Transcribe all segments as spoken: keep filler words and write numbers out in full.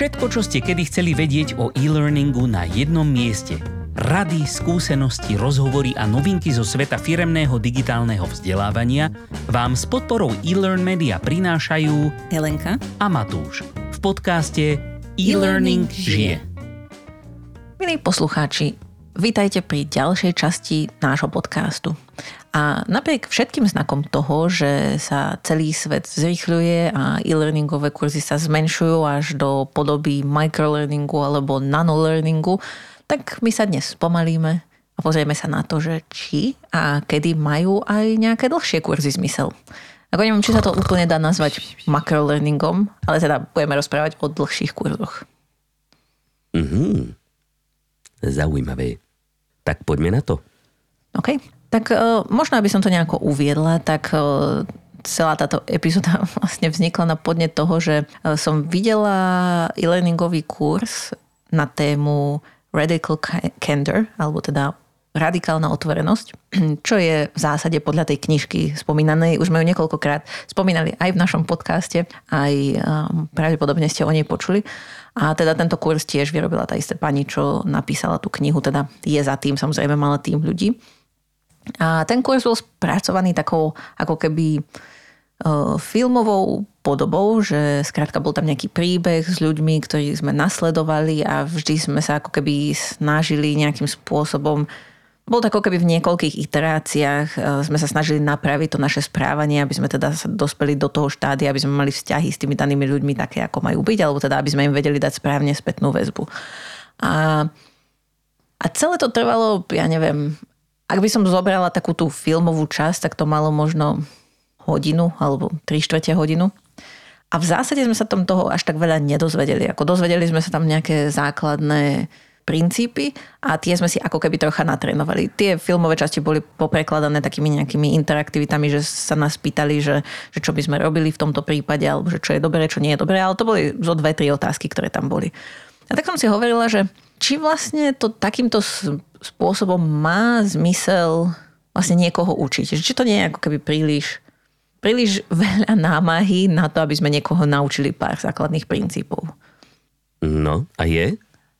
Všetko, čo ste kedy chceli vedieť o e-learningu na jednom mieste. Rady, skúsenosti, rozhovory a novinky zo sveta firemného digitálneho vzdelávania vám s podporou eLearn Media prinášajú Helenka a Matúš v podcaste E-Learning žije. Milí poslucháči, vítajte pri ďalšej časti nášho podcastu. A napriek všetkým znakom toho, že sa celý svet zrýchľuje a e-learningové kurzy sa zmenšujú až do podoby microlearningu alebo nanolearningu, tak my sa dnes spomalíme a pozrieme sa na to, že či a kedy majú aj nejaké dlhšie kurzy zmysel. Ako neviem, či sa to úplne dá nazvať macrolearningom, ale teda budeme rozprávať o dlhších kurzoch. Mhm. Zaujímavé. Tak poďme na to. OK. Tak uh, možno, aby som to nejako uviedla, tak uh, celá táto epizóda vlastne vznikla na podnet toho, že uh, som videla e-learningový kurz na tému Radical Candor, alebo teda radikálna otvorenosť, čo je v zásade podľa tej knižky spomínanej. Už sme ju niekoľkokrát spomínali aj v našom podcaste, aj um, pravdepodobne ste o nej počuli. A teda tento kurz tiež vyrobila tá istá pani, čo napísala tú knihu, teda je za tým, samozrejme mala tým ľudí. A ten kurz bol spracovaný takou ako keby uh, filmovou podobou, že skrátka bol tam nejaký príbeh s ľuďmi, ktorých sme nasledovali a vždy sme sa ako keby snažili nejakým spôsobom, bol to ako keby v niekoľkých iteráciách, uh, sme sa snažili napraviť to naše správanie, aby sme teda sa dospeli do toho štádia, aby sme mali vzťahy s tými danými ľuďmi také, ako majú byť, alebo teda aby sme im vedeli dať správne spätnú väzbu. A, a celé to trvalo, ja neviem, ak by som zobrala takú tú filmovú časť, tak to malo možno hodinu alebo tri štvrte hodinu. A v zásade sme sa tam toho až tak veľa nedozvedeli. Ako dozvedeli sme sa tam nejaké základné princípy a tie sme si ako keby trocha natrénovali. Tie filmové časti boli poprekladané takými nejakými interaktivitami, že sa nás pýtali, že, že čo by sme robili v tomto prípade, alebo že čo je dobré, čo nie je dobré, ale to boli zo dve, tri otázky, ktoré tam boli. A tak som si hovorila, že či vlastne to takýmto spôsobom má zmysel vlastne niekoho učiť. Či to nie je ako keby príliš, príliš veľa námahy na to, aby sme niekoho naučili pár základných princípov. No, a je?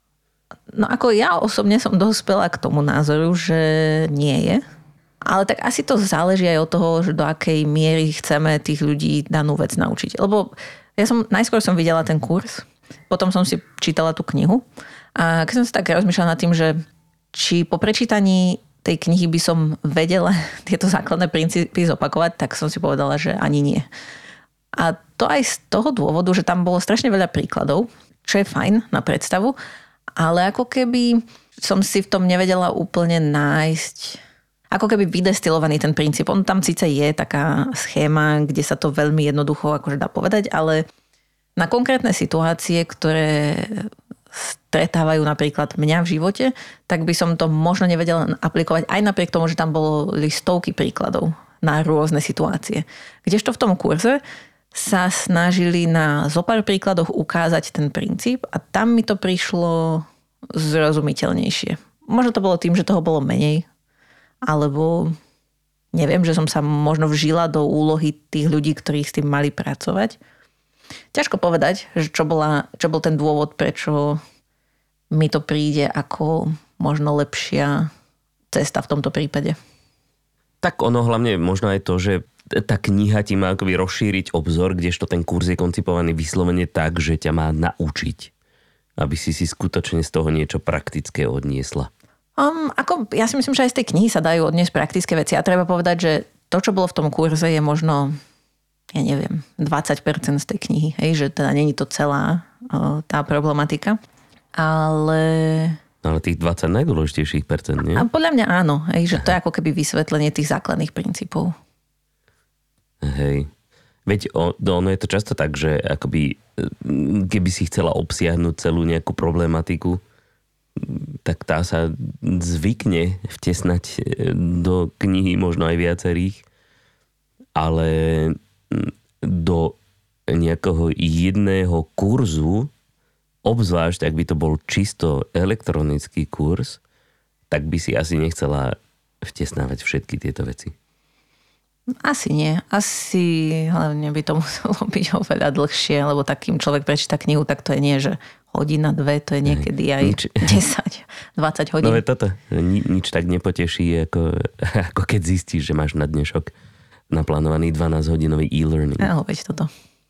No ako ja osobne som dospela k tomu názoru, že nie je. Ale tak asi to záleží aj od toho, že do akej miery chceme tých ľudí danú vec naučiť. Lebo ja som, najskôr som videla ten kurz, potom som si čítala tú knihu a keď som sa tak rozmýšľala nad tým, že či po prečítaní tej knihy by som vedela tieto základné princípy zopakovať, tak som si povedala, že ani nie. A to aj z toho dôvodu, že tam bolo strašne veľa príkladov, čo je fajn na predstavu, ale ako keby som si v tom nevedela úplne nájsť, ako keby vydestilovaný ten princíp. On tam síce je taká schéma, kde sa to veľmi jednoducho akože dá povedať, ale na konkrétne situácie, ktoré stretávajú napríklad mňa v živote, tak by som to možno nevedela aplikovať aj napriek tomu, že tam boli stovky príkladov na rôzne situácie. Kdežto v tom kurze sa snažili na zopár príkladoch ukázať ten princíp a tam mi to prišlo zrozumiteľnejšie. Možno to bolo tým, že toho bolo menej, alebo neviem, že som sa možno vžila do úlohy tých ľudí, ktorí s tým mali pracovať. Ťažko povedať, že čo, bola, čo bol ten dôvod, prečo mi to príde ako možno lepšia cesta v tomto prípade. Tak ono hlavne možno aj to, že tá kniha ti má akoby rozšíriť obzor, kdežto ten kurz je koncipovaný vyslovene tak, že ťa má naučiť, aby si si skutočne z toho niečo praktické odniesla. Um, ako, ja si myslím, že aj z tej knihy sa dajú odniesť praktické veci. A treba povedať, že to, čo bolo v tom kurze, je možno, ja neviem, dvadsať percent z tej knihy. Hej, že teda není to celá uh, tá problematika. Ale... Ale tých dvadsať najdôležitejších percent, nie? A podľa mňa áno. Hej, že to je ako keby vysvetlenie tých základných princípov. Hej. Veď ono je to často tak, že akoby, keby si chcela obsiahnuť celú nejakú problematiku, tak tá sa zvykne vtesnať do knihy možno aj viacerých, ale do nejakého jedného kurzu, obzvlášť ak by to bol čisto elektronický kurz, tak by si asi nechcela vtesnávať všetky tieto veci. Asi nie. Asi hlavne by to muselo byť oveľa dlhšie, lebo takým človek prečíta knihu, tak to je nie, že hodina, dve, to je niekedy aj nič. desať, dvadsať hodín. No je toto. Ni, nič tak nepoteší, ako, ako keď zistíš, že máš na dnešok naplánovaný dvanásťhodinový e-learning. Áno, veď toto.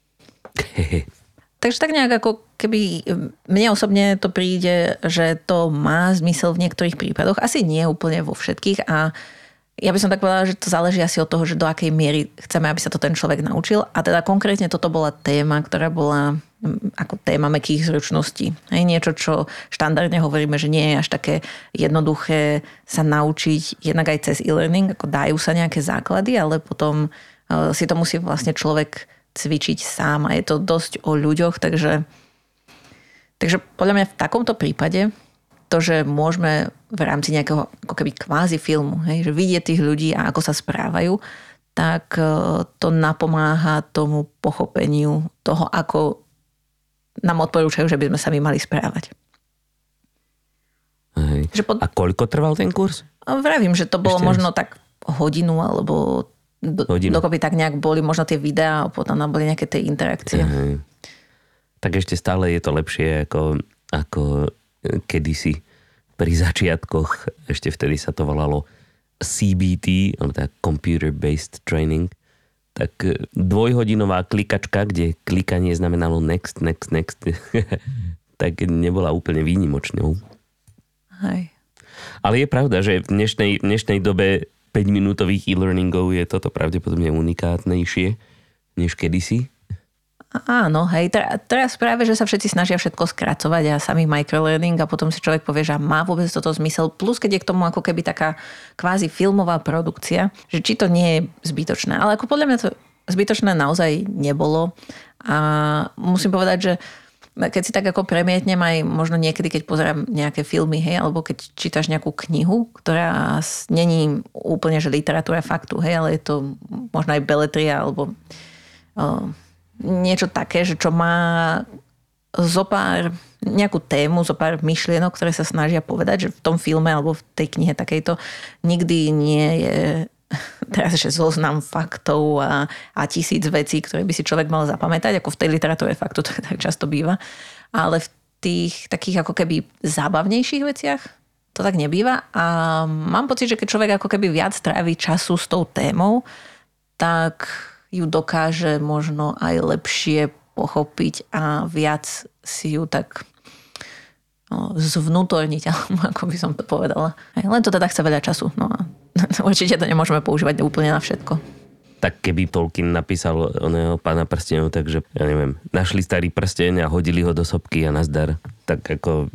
Takže tak nejak ako keby mne osobne to príde, že to má zmysel v niektorých prípadoch. Asi nie úplne vo všetkých a ja by som tak povedala, že to záleží asi od toho, že do akej miery chceme, aby sa to ten človek naučil. A teda konkrétne toto bola téma, ktorá bola ako téma mäkkých zručností. Hej, niečo, čo štandardne hovoríme, že nie je až také jednoduché sa naučiť jednak aj cez e-learning, ako dajú sa nejaké základy, ale potom si to musí vlastne človek cvičiť sám a je to dosť o ľuďoch, takže, takže podľa mňa v takomto prípade to, že môžeme v rámci nejakého ako keby kvázi filmu, hej, že vidieť tých ľudí a ako sa správajú, tak to napomáha tomu pochopeniu toho, ako nám odporúčajú, že by sme sa my mali správať. Hej. Pod... A koľko trval ten kurz? Vravím, že to bolo Ešte možno raz. tak hodinu, alebo do, dokopy tak nejak boli možno tie videá a potom tam boli nejaké tie interakcie. Hej. Tak ešte stále je to lepšie ako, ako kedysi pri začiatkoch, ešte vtedy sa to volalo C B T, alebo teda Computer Based Training, tak dvojhodinová klikačka, kde klikanie znamenalo next, next, next, tak nebola úplne výnimočnou. Hej. Ale je pravda, že v dnešnej, v dnešnej dobe päťminútových e-learningov je toto pravdepodobne unikátnejšie než kedysi. Áno, hej. Teraz práve, že sa všetci snažia všetko skracovať a samý microlearning a potom si človek povie, že má vôbec toto zmysel. Plus, keď je k tomu ako keby taká kvázi filmová produkcia, že či to nie je zbytočné. Ale ako podľa mňa to zbytočné naozaj nebolo. A musím povedať, že keď si tak ako premietnem aj možno niekedy, keď pozerám nejaké filmy, hej, alebo keď čítaš nejakú knihu, ktorá není úplne, že literatúra faktu, hej, ale je to možno aj beletria, alebo uh, niečo také, že čo má zopár nejakú tému, zopár myšlienok, ktoré sa snažia povedať, že v tom filme alebo v tej knihe takejto nikdy nie je teraz ešte zoznam faktov a, a tisíc vecí, ktoré by si človek mal zapamätať, ako v tej literatúre faktu to tak často býva. Ale v tých takých ako keby zábavnejších veciach to tak nebýva a mám pocit, že keď človek ako keby viac trávi času s tou témou, tak ju dokáže možno aj lepšie pochopiť a viac si ju tak no, zvnútorniť, alebo ako by som to povedala. Len to teda chce veľa času. No a určite to nemôžeme používať úplne na všetko. Tak keby Tolkien napísal oného Pána prstenov, takže ja neviem, našli starý prsteň a hodili ho do sopky a nazdar, tak ako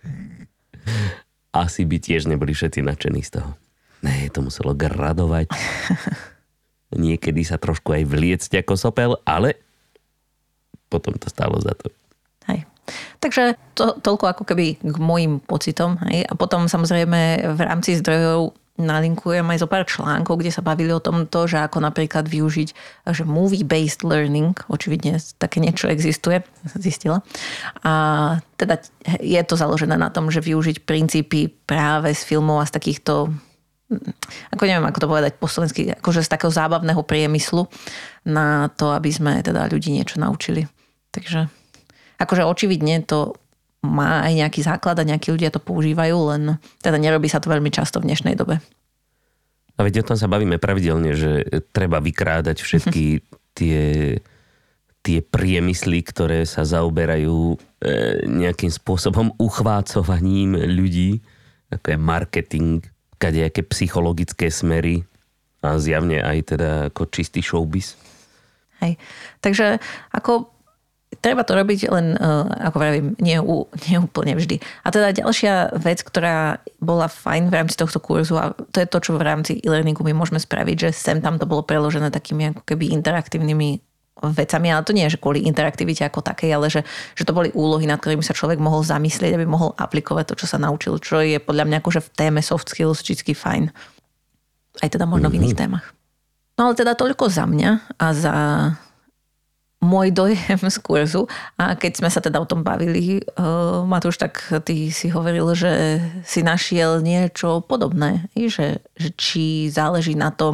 asi by tiež neboli všetci nadšení z toho. Ne, to muselo gradovať. Niekedy sa trošku aj vliecť ako sopel, ale potom to stálo za to. Hej. Takže to, toľko ako keby k môjim pocitom. Hej. A potom samozrejme v rámci zdrojov nalinkujem aj zo pár článkov, kde sa bavili o tomto, že ako napríklad využiť že movie-based learning, očividne také niečo existuje, zistila. A teda je to založené na tom, že využiť princípy práve z filmov a z takýchto, ako neviem, ako to povedať po slovensky, akože z takého zábavného priemyslu na to, aby sme teda ľudí niečo naučili. Takže akože očividne to má aj nejaký základ a nejakí ľudia to používajú, len teda nerobí sa to veľmi často v dnešnej dobe. A veď o tom sa bavíme pravidelne, že treba vykrádať všetky tie, tie priemysly, ktoré sa zaoberajú nejakým spôsobom uchvácovaním ľudí, ako je marketing, kadejaké psychologické smery a zjavne aj teda ako čistý showbiz. Hej. Takže ako treba to robiť len, ako vravím, nie, nie úplne vždy. A teda ďalšia vec, ktorá bola fajn v rámci tohto kurzu, a to je to, čo v rámci e-learningu my môžeme spraviť, že sem tam to bolo preložené takými ako keby interaktívnymi vecami, ale to nie je, že kvôli interaktivite ako takej, ale že, že to boli úlohy, nad ktorými sa človek mohol zamyslieť, aby mohol aplikovať to, čo sa naučil, čo je podľa mňa akože v téme soft skills vždycky fajn. Aj teda možno v iných témach. No ale teda toľko za mňa a za môj dojem z kurzu. A keď sme sa teda o tom bavili, uh, Matúš, tak ty si hovoril, že si našiel niečo podobné. Že, že či záleží na tom,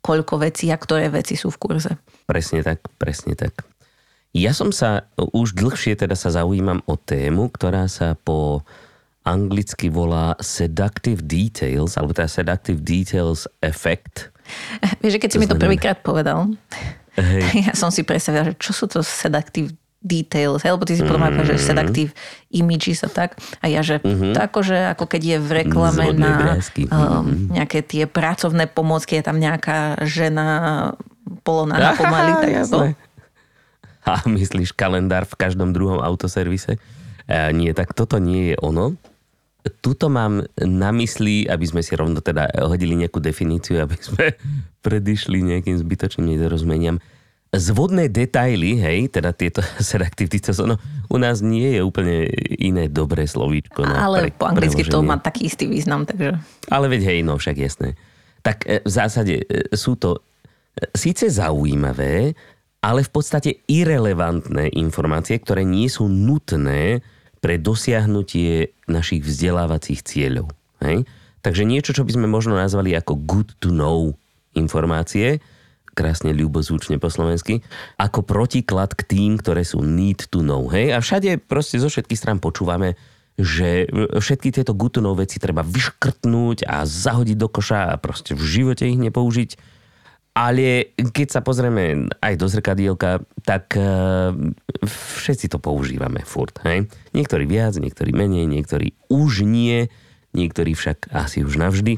koľko vecí a ktoré veci sú v kurze. Presne tak, presne tak. Ja som sa už dlhšie teda sa zaujímam o tému, ktorá sa po anglicky volá seductive details, alebo teda seductive details effect. Vieš, že keď si mi to prvýkrát povedal, hej. ja som si predstavila, že čo sú to seductive details, hej? Lebo ty si potom mm-hmm. že seductive images a tak. A ja, že mm-hmm. to akože, ako keď je v reklame Zvodné na um, mm-hmm. nejaké tie pracovné pomôcky, je tam nejaká žena polonáha pomaly. Tak to. A myslíš kalendár v každom druhom autoservise? E, nie, tak toto nie je ono. Tuto mám na mysli, aby sme si rovno teda hodili nejakú definíciu, aby sme predišli nejakým zbytočným nedorozumeniam. Zvodné detaily, hej, teda tieto seductive details, ono u nás nie je úplne iné dobré slovíčko. Ale pre, po anglicky to preloženie. má taký istý význam, takže... Ale veď hej, no však jasné. Tak v zásade sú to síce zaujímavé, ale v podstate irelevantné informácie, ktoré nie sú nutné pre dosiahnutie našich vzdelávacích cieľov. Hej? Takže niečo, čo by sme možno nazvali ako good to know informácie, krásne ľubozvučne po slovensky, ako protiklad k tým, ktoré sú need to know. Hej? A všade proste zo všetkých strán počúvame, že všetky tieto good to know veci treba vyškrtnúť a zahodiť do koša a proste v živote ich nepoužiť. Ale keď sa pozrieme aj do zrkadielka, tak uh, všetci to používame furt. Hej? Niektorí viac, niektorí menej, niektorí už nie, niektorí však asi už navždy.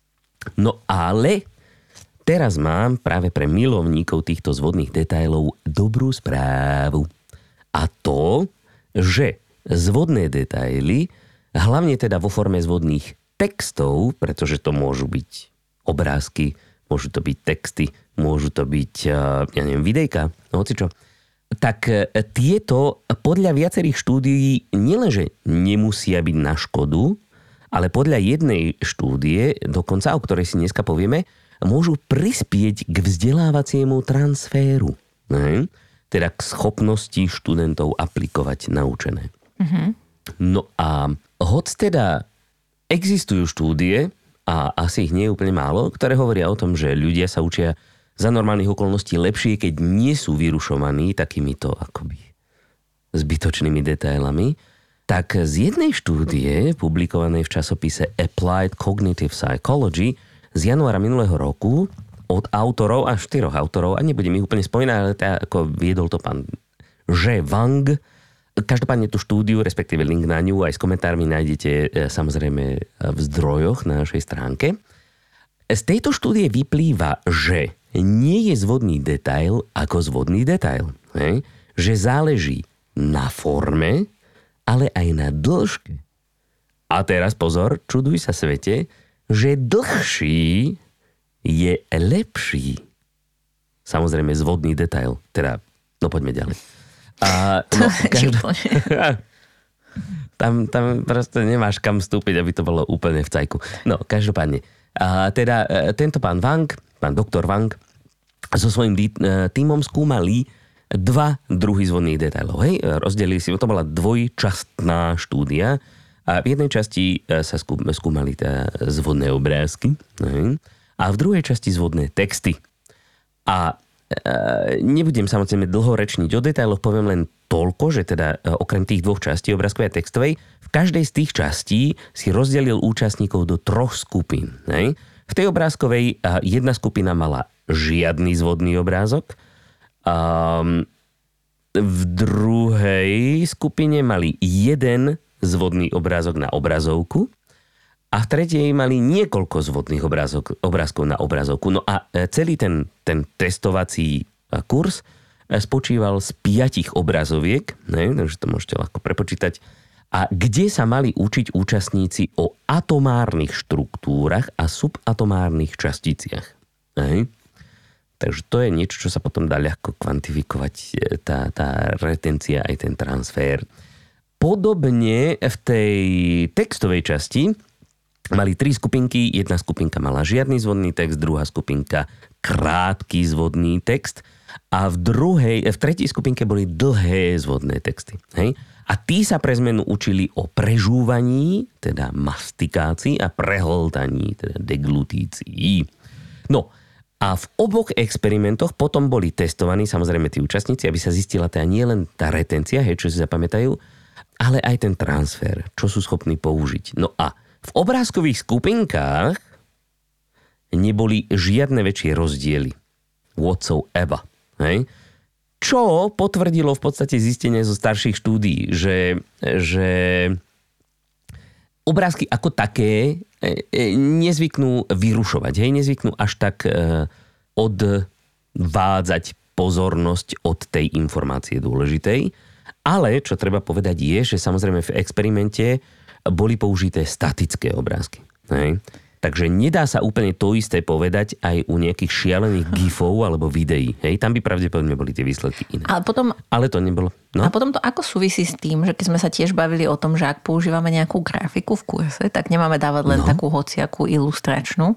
No ale teraz mám práve pre milovníkov týchto zvodných detailov dobrú správu. A to, že zvodné detaily, hlavne teda vo forme zvodných textov, pretože to môžu byť obrázky, môžu to byť texty, môžu to byť, ja neviem, videjka, no hocičo. Tak tieto podľa viacerých štúdií nielenže nemusia byť na škodu, ale podľa jednej štúdie, dokonca o ktorej si dneska povieme, môžu prispieť k vzdelávaciemu transféru. Ne? Teda k schopnosti študentov aplikovať naučené. Mm-hmm. No a hoď teda existujú štúdie, a asi ich nie je úplne málo, ktoré hovoria o tom, že ľudia sa učia za normálnych okolností lepšie, keď nie sú vyrušovaní takýmito akoby zbytočnými detailami, tak z jednej štúdie, publikovanej v časopise Applied Cognitive Psychology z januára minulého roku, od autorov, až štyroch autorov, a nebudem ich úplne spomínať, ale teda ako viedol to pán Že Wang. Každopádne tú štúdiu, respektíve link na ňu aj s komentármi nájdete samozrejme v zdrojoch na našej stránke. Z tejto štúdie vyplýva, že nie je zvodný detail ako zvodný detail. Hej? Že záleží na forme, ale aj na dĺžke. A teraz pozor, čuduj sa svete, že dlhší je lepší. Samozrejme zvodný detail. Teda, no poďme ďalej. A, no, každá... tam, tam proste nemáš kam vstúpiť, aby to bolo úplne v cajku. No, každopádne. A teda tento pán Wang, pán doktor Wang, so svojím tímom skúmali dva druhy zvodných detailov. Hej? Rozdelili si, to bola dvojčastná štúdia a v jednej časti sa skúmali teda zvodné obrázky, hej? A v druhej časti zvodné texty. A nebudem samozrejme dlho rečniť o detailoch, poviem len toľko, že teda okrem tých dvoch častí, obrázkovej a textovej, v každej z tých častí si rozdelil účastníkov do troch skupín. Hej? V tej obrázkovej jedna skupina mala žiadny zvodný obrázok, um, v druhej skupine mali jeden zvodný obrázok na obrazovku a v tretej mali niekoľko zvodných obrázok, obrázkov na obrazovku. No a celý ten, ten testovací kurz spočíval z piatich obrazoviek, ne, takže to môžete ľahko prepočítať, a kde sa mali učiť účastníci o atomárnych štruktúrach a subatomárnych časticiach. Ne? Takže to je niečo, čo sa potom dá ľahko kvantifikovať, tá, tá retencia aj ten transfer. Podobne v tej textovej časti mali tri skupinky. Jedna skupinka mala žiadny zvodný text, druhá skupinka krátky zvodný text a v druhej, v tretej skupinke boli dlhé zvodné texty. Hej? A tí sa pre zmenu učili o prežúvaní, teda mastikácii a prehltaní, teda deglutícii. No, A v oboch experimentoch potom boli testovaní samozrejme tí účastníci, aby sa zistila teda nie len tá retencia, hej, čo si zapamätajú, ale aj ten transfer, čo sú schopní použiť. No a v obrázkových skupinkách neboli žiadne väčšie rozdiely. Whatsoever. Hej? Čo potvrdilo v podstate zistenie zo starších štúdií, že, že obrázky ako také nezvyknú vyrušovať, hej, nezvyknú až tak odvádzať pozornosť od tej informácie dôležitej. Ale, čo treba povedať je, že samozrejme v experimente boli použité statické obrázky. Hej. Takže nedá sa úplne to isté povedať aj u nejakých šialených gifov alebo videí. Hej, tam by pravdepodobne boli tie výsledky iné. Ale, potom, Ale to nebolo. No? A potom to ako súvisí s tým, že keď sme sa tiež bavili o tom, že ak používame nejakú grafiku v kurse, tak nemáme dávať len no. takú hociakú ilustračnú.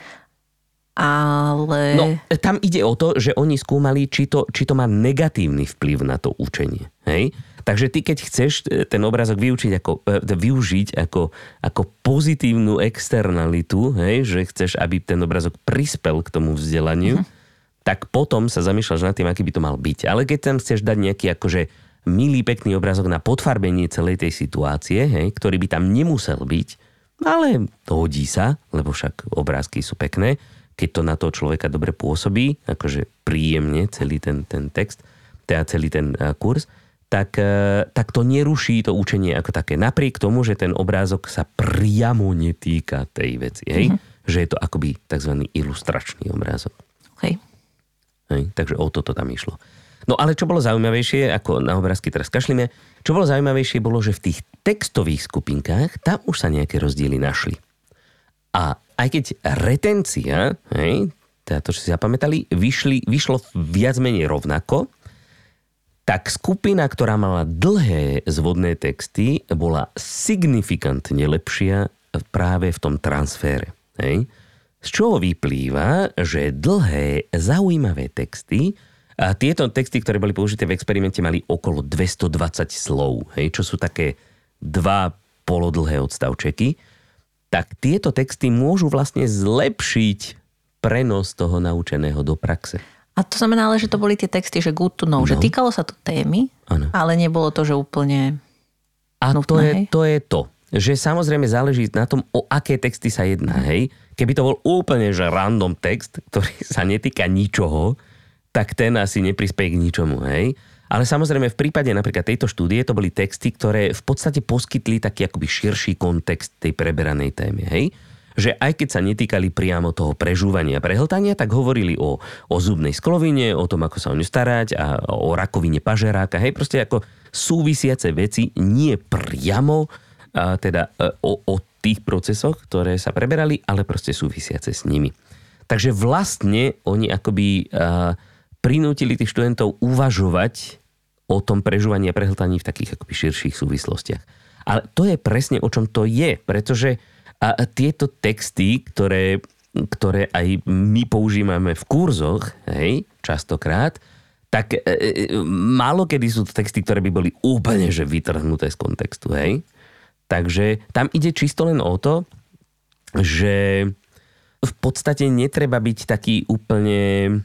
Ale... No, tam ide o to, že oni skúmali, či to, či to má negatívny vplyv na to učenie. Hej? Takže ty, keď chceš ten obrázok vyučiť ako, využiť ako, ako pozitívnu externalitu, hej? Že chceš, aby ten obrázok prispel k tomu vzdelaniu, uh-huh. tak potom sa zamýšľaš nad tým, aký by to mal byť. Ale keď tam chceš dať nejaký akože milý, pekný obrázok na podfarbenie celej tej situácie, hej? Ktorý by tam nemusel byť, ale to hodí sa, lebo však obrázky sú pekné, keď to na toho človeka dobre pôsobí, akože príjemne celý ten, ten text, teda celý ten uh, kurz, tak, uh, tak to neruší to učenie ako také. Napriek tomu, že ten obrázok sa priamo netýka tej veci, hej? Mm-hmm. Že je to akoby tzv. Ilustračný obrázok. Hej. Hej? Takže o toto tam išlo. No ale čo bolo zaujímavejšie, ako na obrázky teraz kašlíme, čo bolo zaujímavejšie bolo, že v tých textových skupinkách tam už sa nejaké rozdiely našli. A aj keď retencia, hej, teda to, čo si zapamätali, vyšli, vyšlo viac menej rovnako, tak skupina, ktorá mala dlhé zvodné texty, bola signifikantne lepšia práve v tom transfére. Hej. Z čoho vyplýva, že dlhé, zaujímavé texty, a tieto texty, ktoré boli použité v experimente, mali okolo dvestodvadsať slov, hej, čo sú také dva polodlhé odstavčeky, tak tieto texty môžu vlastne zlepšiť prenos toho naučeného do praxe. A to znamená ale, že to boli tie texty, že good to know, no. že týkalo sa to témy, ano. Ale nebolo to, že úplne A nutné, to, je, hej? to je to, že samozrejme záleží na tom, o aké texty sa jedná. Hej. Keby to bol úplne že random text, ktorý sa netýka ničoho, tak ten asi neprispieje k ničomu. Hej. Ale samozrejme v prípade napríklad tejto štúdie to boli texty, ktoré v podstate poskytli taký akoby širší kontext tej preberanej témy. Hej. Že aj keď sa netýkali priamo toho prežúvania a prehltania, tak hovorili o, o zubnej sklovine, o tom, ako sa o ňu starať a o rakovine pažeráka. Hej, proste ako súvisiace veci, nie priamo a teda o, o tých procesoch, ktoré sa preberali, ale proste súvisiace s nimi. Takže vlastne oni akoby a, prinútili tých študentov uvažovať o tom prežúvaní a prehltaní v takých akoby širších súvislostiach. Ale to je presne o čom to je, pretože a tieto texty, ktoré, ktoré aj my používame v kurzoch, hej, častokrát, tak e, málo kedy sú to texty, ktoré by boli úplne že vytrhnuté z kontextu, hej. Takže tam ide čisto len o to, že v podstate netreba byť taký úplne...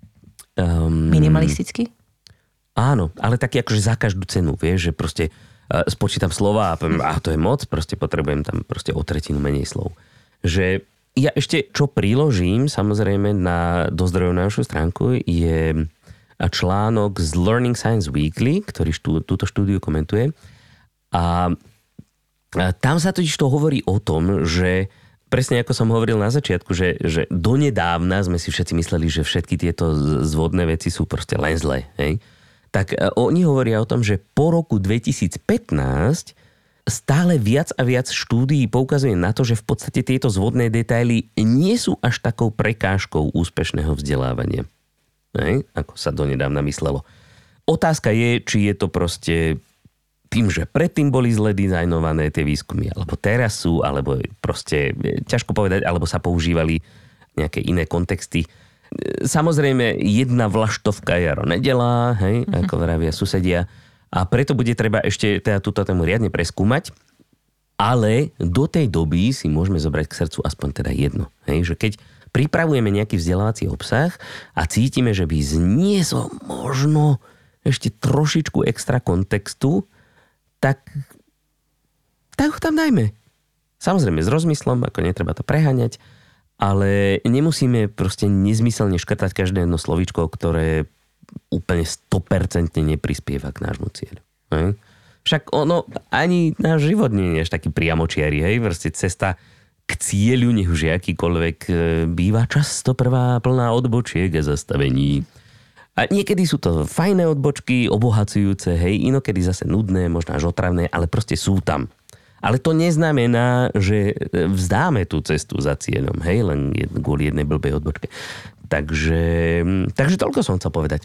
Um, Minimalistický? Áno, ale taký akože za každú cenu, vieš, že proste spočítam slova a poviem, a to je moc, proste potrebujem tam proste o tretinu menej slov. Že ja ešte, čo priložím, samozrejme, na, do zdrojov na našu stránku, je článok z Learning Science Weekly, ktorý štú, túto štúdiu komentuje. A, a tam sa totiž to hovorí o tom, že presne ako som hovoril na začiatku, že, že donedávna sme si všetci mysleli, že všetky tieto zvodné veci sú proste len zlé, hej? Tak oni hovoria o tom, že po roku dvetisícpätnásť stále viac a viac štúdií poukazuje na to, že v podstate tieto zvodné detaily nie sú až takou prekážkou úspešného vzdelávania. Hej? Ako sa donedávna myslelo. Otázka je, či je to proste tým, že predtým boli zle dizajnované tie výskumy, alebo teraz sú, alebo proste ťažko povedať, alebo sa používali nejaké iné kontexty. Samozrejme, jedna vlaštovka jaro nedelá, hej, mm-hmm. ako vravia susedia. A preto bude treba ešte teda túto tému riadne preskúmať. Ale do tej doby si môžeme zobrať k srdcu aspoň teda jedno. Hej, že keď pripravujeme nejaký vzdelávací obsah a cítime, že by zniesol možno ešte trošičku extra kontextu, tak, tak ho tam dajme. Samozrejme s rozmyslom, ako netreba to preháňať, ale nemusíme proste nezmyselne škrtať každé jedno slovíčko, ktoré úplne sto percent neprispieva k nášmu cieľu. Hej? Však ono, ani náš život nie je až taký priamočiary, hej? Proste cesta k cieľu, nech už akýkoľvek, býva často prvá plná odbočiek a zastavení. A niekedy sú to fajné odbočky, obohacujúce, hej, inokedy zase nudné, možno až otravné, ale proste sú tam. Ale to neznamená, že vzdáme tú cestu za cieľom, hej, len jed, kvôli jednej blbej odbočke. Takže, takže toľko som chcel povedať,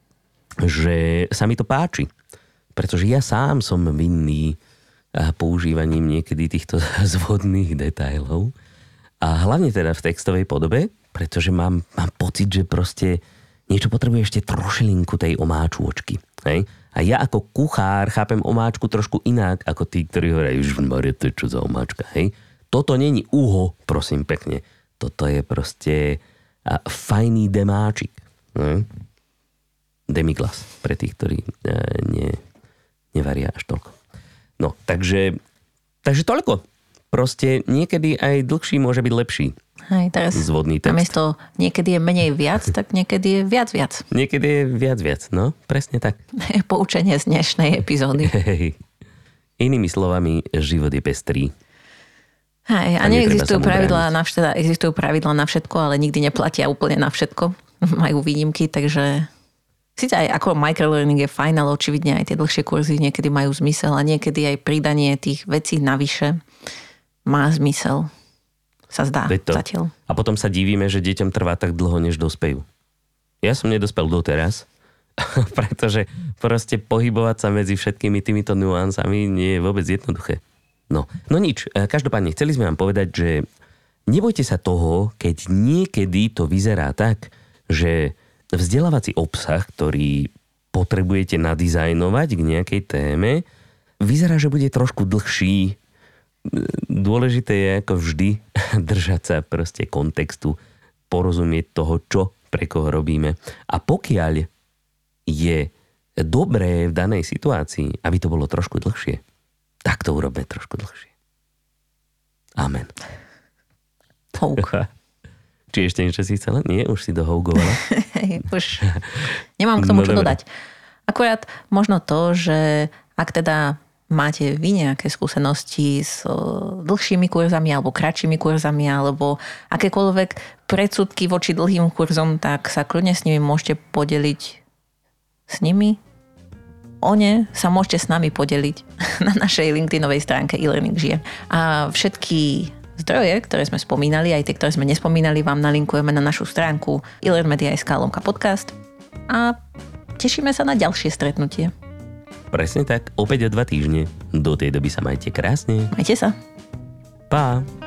že sa mi to páči. Pretože ja sám som vinný používaním niekedy týchto zvodných detailov. A hlavne teda v textovej podobe, pretože mám, mám pocit, že proste niečo potrebuje ešte trošilinku tej omáčôčky. Hej? A ja ako kuchár chápem omáčku trošku inak ako tí, ktorí hovoria, ježišmarie, to je čo za omáčka. Hej? Toto není uho, prosím pekne. Toto je proste a, fajný demáčik. Hej? Demiglas pre tých, ktorí a, nie, nevaria až toľko. No, takže, takže toľko. Proste niekedy aj dlhší môže byť lepší. Hej, teraz zvodný text. Namiesto niekedy je menej viac, tak niekedy je viac viac. Niekedy je viac viac, no, presne tak. Poučenie z dnešnej epizódy. Hej. Inými slovami, život je pestrý. Hej, a, a neexistujú pravidlá na všetko, existujú pravidlá na všetko, ale nikdy neplatia úplne na všetko. Majú výnimky, takže síce aj ako microlearning je fajn, ale očividne aj tie dlhšie kurzy niekedy majú zmysel a niekedy aj pridanie tých vecí navyše má zmysel. Sa zdá zatiaľ. A potom sa divíme, že deťom trvá tak dlho, než dospejú. Ja som nedospel doteraz, pretože proste pohybovať sa medzi všetkými týmito nuansami nie je vôbec jednoduché. No, no nič. Každopádne chceli sme vám povedať, že nebojte sa toho, keď niekedy to vyzerá tak, že vzdelávací obsah, ktorý potrebujete nadizajnovať k nejakej téme, vyzerá, že bude trošku dlhší. Dôležité je ako vždy držať sa proste kontextu, porozumieť toho, čo pre koho robíme. A pokiaľ je dobré v danej situácii, aby to bolo trošku dlhšie, tak to urobme trošku dlhšie. Amen. Houk. Či ešte niečo si chcela? Nie? Už si dohougovala? Už nemám k tomu no, čo dobre. dodať. Akurát možno to, že ak teda máte vy nejaké skúsenosti s dlhšími kurzami alebo kratšími kurzami alebo akékoľvek predsudky voči dlhým kurzom, tak sa kľudne s nimi môžete podeliť s nimi. O ne sa môžete s nami podeliť na našej LinkedInovej stránke e-learning žije. A všetky zdroje, ktoré sme spomínali, aj tie, ktoré sme nespomínali, vám nalinkujeme na našu stránku e-learnmedia bodka es ká lomka podcast a tešíme sa na ďalšie stretnutie. Presne tak, opäť o dva týždne. Do tej doby sa majte krásne. Majte sa. Pa.